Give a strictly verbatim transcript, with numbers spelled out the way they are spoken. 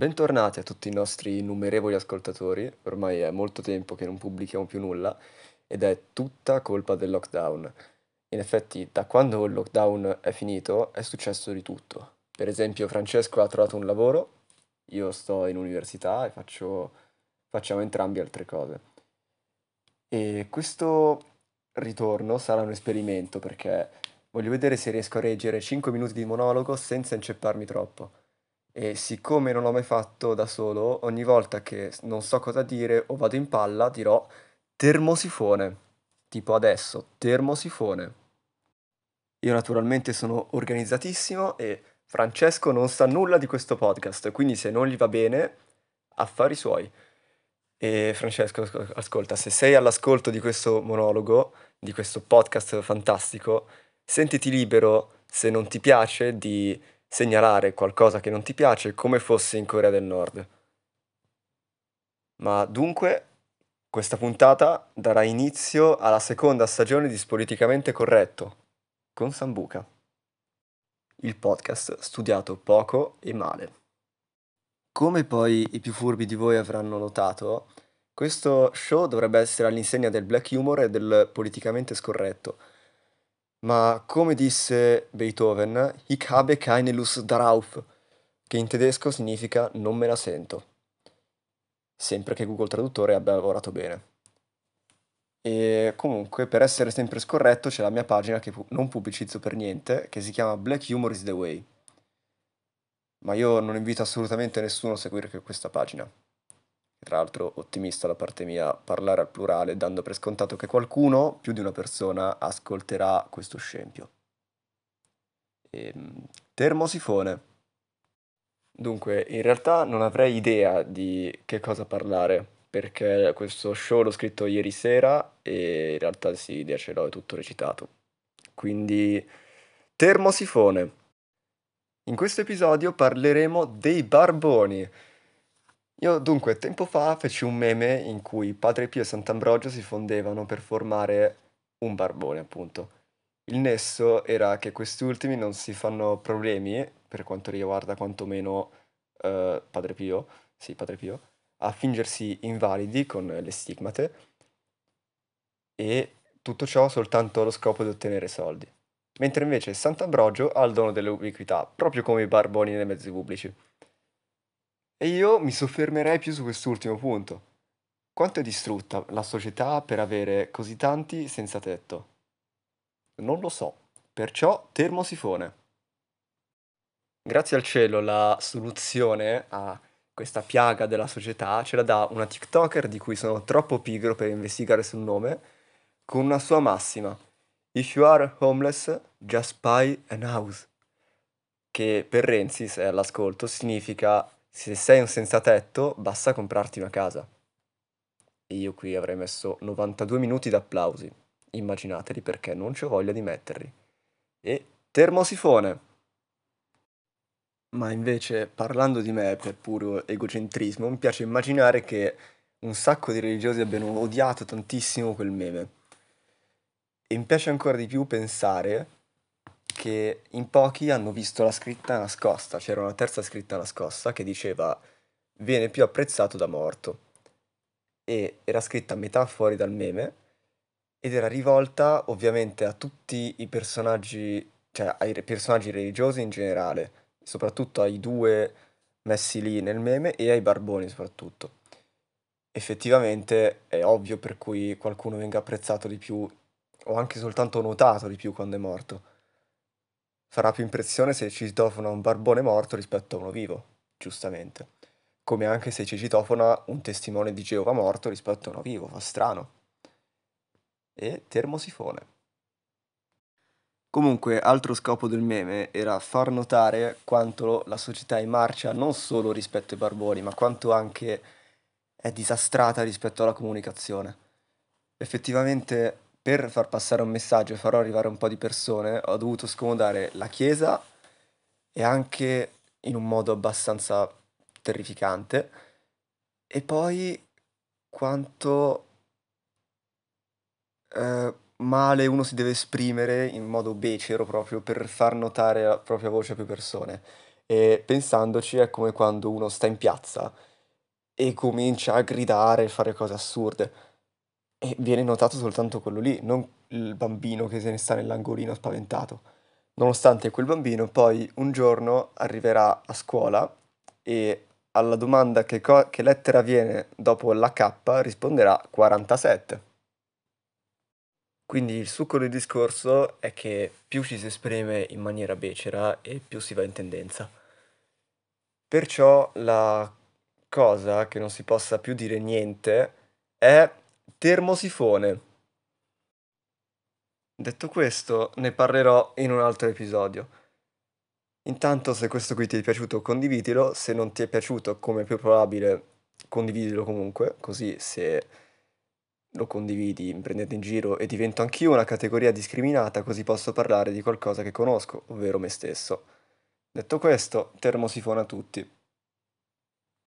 Bentornati a tutti i nostri innumerevoli ascoltatori. Ormai è molto tempo che non pubblichiamo più nulla ed è tutta colpa del lockdown. In effetti, da quando il lockdown è finito, è successo di tutto. Per esempio, Francesco ha trovato un lavoro, io sto in università e faccio, facciamo entrambi altre cose. E questo ritorno sarà un esperimento perché voglio vedere se riesco a reggere cinque minuti di monologo senza incepparmi troppo. E siccome non l'ho mai fatto da solo, ogni volta che s- non so cosa dire o vado in palla dirò termosifone. Tipo adesso, termosifone. Io naturalmente sono organizzatissimo e Francesco non sa nulla di questo podcast, quindi se non gli va bene, affari suoi. E Francesco, asco- ascolta, se sei all'ascolto di questo monologo, di questo podcast fantastico, sentiti libero, se non ti piace, di segnalare qualcosa che non ti piace, come fosse in Corea del Nord. Ma dunque, questa puntata darà inizio alla seconda stagione di Spoliticamente Corretto, con Sambuca, il podcast studiato poco e male. Come poi i più furbi di voi avranno notato, questo show dovrebbe essere all'insegna del black humor e del politicamente scorretto. Ma come disse Beethoven, ich habe keine Lust darauf, che in tedesco significa non me la sento, sempre che Google Traduttore abbia lavorato bene. E comunque, per essere sempre scorretto, c'è la mia pagina che pu- non pubblicizzo per niente, che si chiama Black Humor is the Way. Ma io non invito assolutamente nessuno a seguire que- questa pagina. Tra l'altro, ottimista da parte mia parlare al plurale, dando per scontato che qualcuno, più di una persona, ascolterà questo scempio. Ehm, termosifone. Dunque, in realtà non avrei idea di che cosa parlare, perché questo show l'ho scritto ieri sera e in realtà sì, idea ce l'ho, è tutto recitato. Quindi, termosifone. In questo episodio parleremo dei barboni. Io dunque tempo fa feci un meme in cui Padre Pio e Sant'Ambrogio si fondevano per formare un barbone, appunto. Il nesso era che questi ultimi non si fanno problemi, per quanto riguarda quantomeno eh, Padre Pio, sì, Padre Pio, a fingersi invalidi con le stigmate e tutto ciò soltanto allo scopo di ottenere soldi. Mentre invece Sant'Ambrogio ha il dono dell'ubiquità, proprio come i barboni nei mezzi pubblici. E io mi soffermerei più su quest'ultimo punto. Quanto è distrutta la società per avere così tanti senza tetto? Non lo so. Perciò termosifone. Grazie al cielo la soluzione a questa piaga della società ce la dà una TikToker di cui sono troppo pigro per investigare sul nome, con una sua massima. If you are homeless, just buy an house. Che per Renzi, se è all'ascolto, significa se sei un senza tetto, basta comprarti una casa. E io qui avrei messo novantadue minuti d'applausi. Immaginateli perché non c'ho voglia di metterli. E termosifone. Ma invece, parlando di me per puro egocentrismo, mi piace immaginare che un sacco di religiosi abbiano odiato tantissimo quel meme. E mi piace ancora di più pensare che in pochi hanno visto la scritta nascosta. C'era una terza scritta nascosta che diceva viene più apprezzato da morto. E era scritta a metà fuori dal meme ed era rivolta ovviamente a tutti i personaggi, cioè ai re- personaggi religiosi in generale, soprattutto ai due messi lì nel meme e ai barboni soprattutto. Effettivamente è ovvio per cui qualcuno venga apprezzato di più o anche soltanto notato di più quando è morto. Farà più impressione se ci citofona un barbone morto rispetto a uno vivo, giustamente. Come anche se ci citofona un testimone di Geova morto rispetto a uno vivo, fa strano. E termosifone. Comunque, altro scopo del meme era far notare quanto la società è in marcia non solo rispetto ai barboni, ma quanto anche è disastrata rispetto alla comunicazione. Effettivamente, per far passare un messaggio e far arrivare un po' di persone, ho dovuto scomodare la Chiesa e anche in un modo abbastanza terrificante. E poi quanto eh, male uno si deve esprimere in modo becero proprio per far notare la propria voce a più persone. E pensandoci è come quando uno sta in piazza e comincia a gridare e fare cose assurde. E viene notato soltanto quello lì, non il bambino che se ne sta nell'angolino spaventato. Nonostante quel bambino poi un giorno arriverà a scuola e alla domanda che, co- che lettera viene dopo la K risponderà quarantasette. Quindi il succo del discorso è che più ci si esprime in maniera becera e più si va in tendenza. Perciò la cosa che non si possa più dire niente è termosifone. Detto questo, ne parlerò in un altro episodio. Intanto, se questo qui ti è piaciuto, condividilo. Se non ti è piaciuto, come è più probabile, condividilo comunque. Così, se lo condividi, mi prendete in giro e divento anch'io una categoria discriminata, così posso parlare di qualcosa che conosco, ovvero me stesso. Detto questo, termosifone a tutti.